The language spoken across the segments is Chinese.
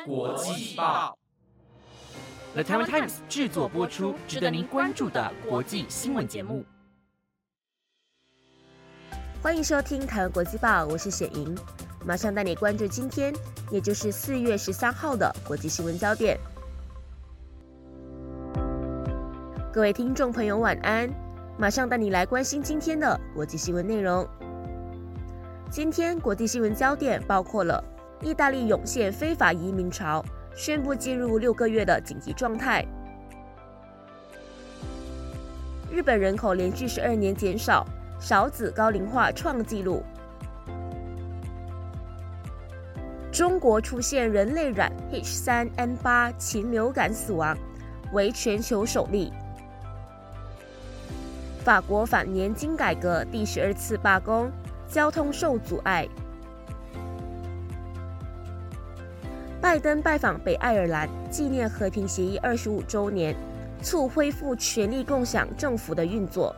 国际报 The Taiwan Times 制作播出，值得您关注的国际新闻节目。 欢迎收听台湾国际报，我是雪莹，马上带你关注今天，也就是4月13号的国际新闻焦点。各位听众朋友晚安，马上带你来关心今天的国际新闻内容。今天国际新闻焦点包括了意大利涌现非法移民潮，宣布进入6个月的紧急状态；日本人口连续12年减少，少子高龄化创纪录；中国出现人类染 H3N8 禽流感死亡，为全球首例；法国反年金改革第12次罢工，交通受阻碍；拜登拜访北爱尔兰，纪念和平协议25周年，促恢复权力共享政府的运作。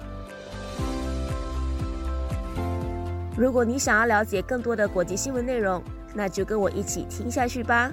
如果你想要了解更多的国际新闻内容，那就跟我一起听下去吧。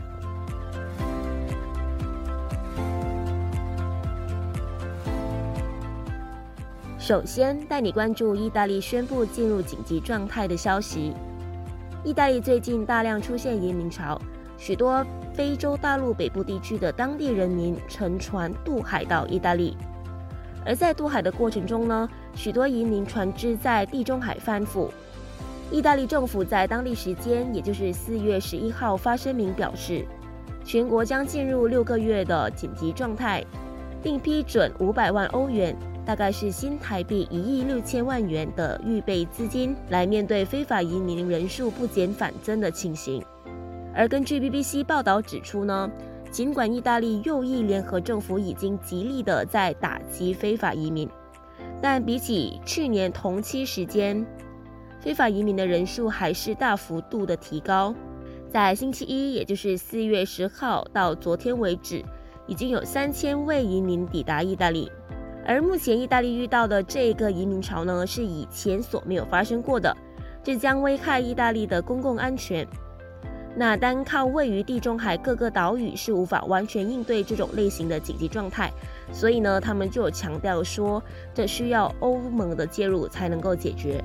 首先带你关注意大利宣布进入紧急状态的消息。意大利最近大量出现移民潮，许多非洲大陆北部地区的当地人民乘船渡海到意大利，而在渡海的过程中呢，许多移民船只在地中海翻覆。意大利政府在当地时间，也就是4月11号发声明表示，全国将进入6个月的紧急状态，并批准500万欧元，大概是新台币1亿6千万元的预备资金，来面对非法移民人数不减反增的情形。而根据 BBC 报道指出呢，尽管意大利右翼联合政府已经极力的在打击非法移民，但比起去年同期时间，非法移民的人数还是大幅度的提高。在星期一，也就是4月10号到昨天为止，已经有3000位移民抵达意大利。而目前意大利遇到的这个移民潮呢，是以前所没有发生过的，这将危害意大利的公共安全。那单靠位于地中海各个岛屿是无法完全应对这种类型的紧急状态，所以呢，他们就有强调说，这需要欧盟的介入才能够解决。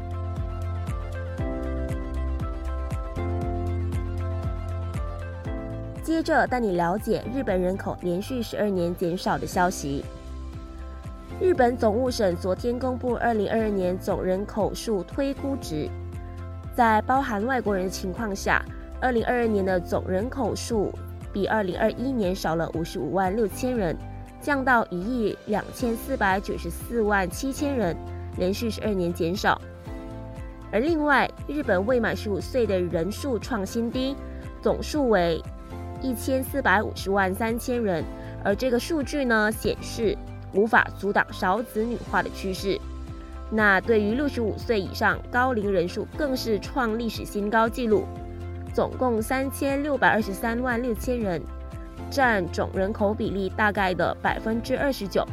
接着带你了解日本人口连续12年减少的消息。日本总务省昨天公布2022年总人口数推估值，在包含外国人的情况下，2022年的总人口数比2021年少了55万6千人，降到1亿2494万7千人，连续12年减少。而另外，日本未满15岁的人数创新低，总数为1450万3千人，而这个数据呢，显示无法阻挡少子女化的趋势。那对于65岁以上高龄人数更是创历史新高纪录，总共3623万6千人，占总人口比例大概的29%。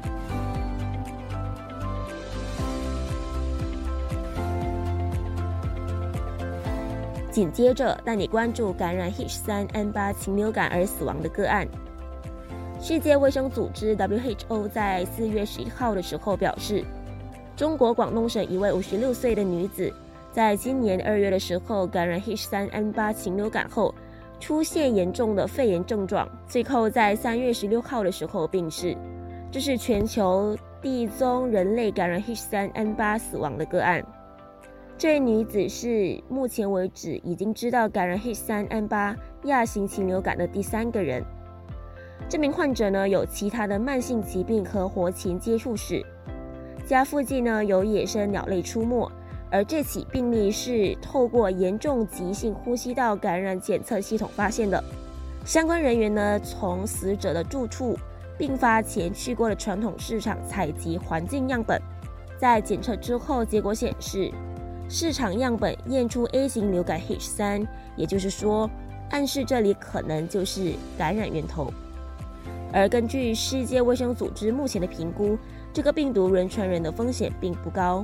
紧接着带你关注感染 H3N8 禽流感而死亡的个案。世界卫生组织 WHO 在4月11号的时候表示，中国广东省一位56岁的女子，在今年2月的时候感染 H3N8 禽流感后，出现严重的肺炎症状，最后在3月16号的时候病逝。这是全球第一宗人类感染 H3N8 死亡的个案。这位女子是目前为止已经知道感染 H3N8 亚型禽流感的第3个人。这名患者呢，有其他的慢性疾病和活禽接触史，家附近呢有野生鸟类出没，而这起病例是透过严重急性呼吸道感染检测系统发现的。相关人员呢，从死者的住处、病发前去过的传统市场采集环境样本，在检测之后，结果显示市场样本验出 A 型流感 H3， 也就是说，暗示这里可能就是感染源头。而根据世界卫生组织目前的评估，这个病毒人传人的风险并不高。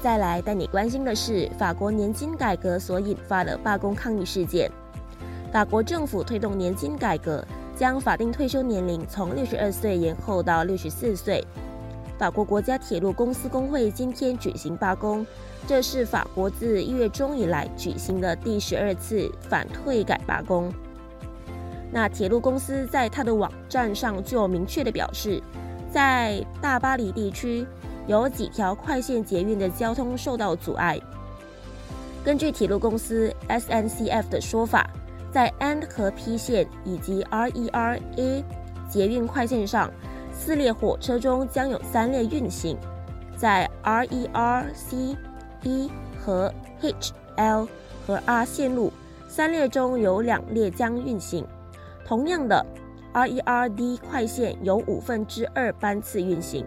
再来带你关心的是法国年金改革所引发的罢工抗议事件。法国政府推动年金改革，将法定退休年龄从62岁延后到64岁。法国国家铁路公司工会今天举行罢工，这是法国自1月中以来举行的第12次反退改罢工。那铁路公司在它的网站上就明确地表示，在大巴黎地区有几条快线捷运的交通受到阻碍。根据铁路公司 SNCF 的说法，在 N 和 P 线以及 RER-A 捷运快线上，4列火车中将有3列运行。在 RER-C、E 和 H、L 和 R 线路，3列中有2列将运行。同样的 ，RER-D 快线有2/5班次运行。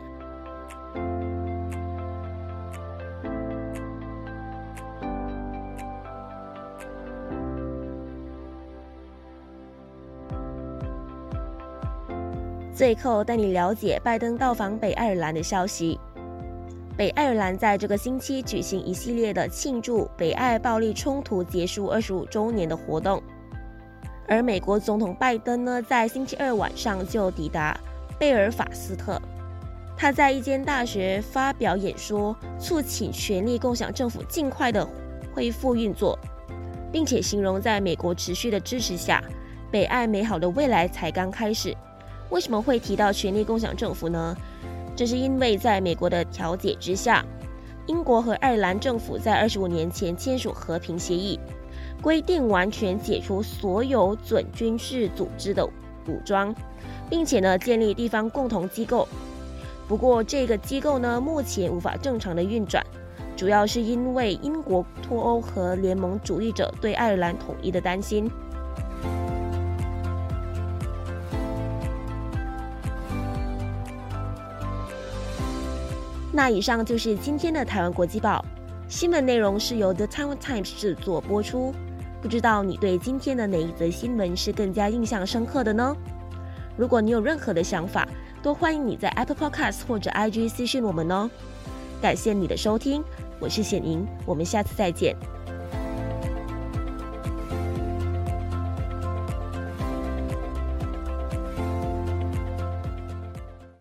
最后带你了解拜登到访北爱尔兰的消息。北爱尔兰在这个星期举行一系列的庆祝北爱暴力冲突结束25周年的活动，而美国总统拜登呢，在星期二晚上就抵达贝尔法斯特。他在一间大学发表演说，促请权力共享政府尽快的恢复运作，并且形容在美国持续的支持下，北爱美好的未来才刚开始。为什么会提到权力共享政府呢？这是因为在美国的调解之下，英国和爱尔兰政府在25年前签署和平协议，规定完全解除所有准军事组织的武装，并且呢建立地方共同机构。不过这个机构呢目前无法正常的运转，主要是因为英国脱欧和联盟主义者对爱尔兰统一的担心。那以上就是今天的台湾国际报新闻，内容是由 The Taiwan Times 制作播出。不知道你对今天的哪一则新闻是更加印象深刻的呢？如果你有任何的想法，都欢迎你在 Apple Podcast 或者 IG 私讯我们哦。感谢你的收听，我是显莹，我们下次再见。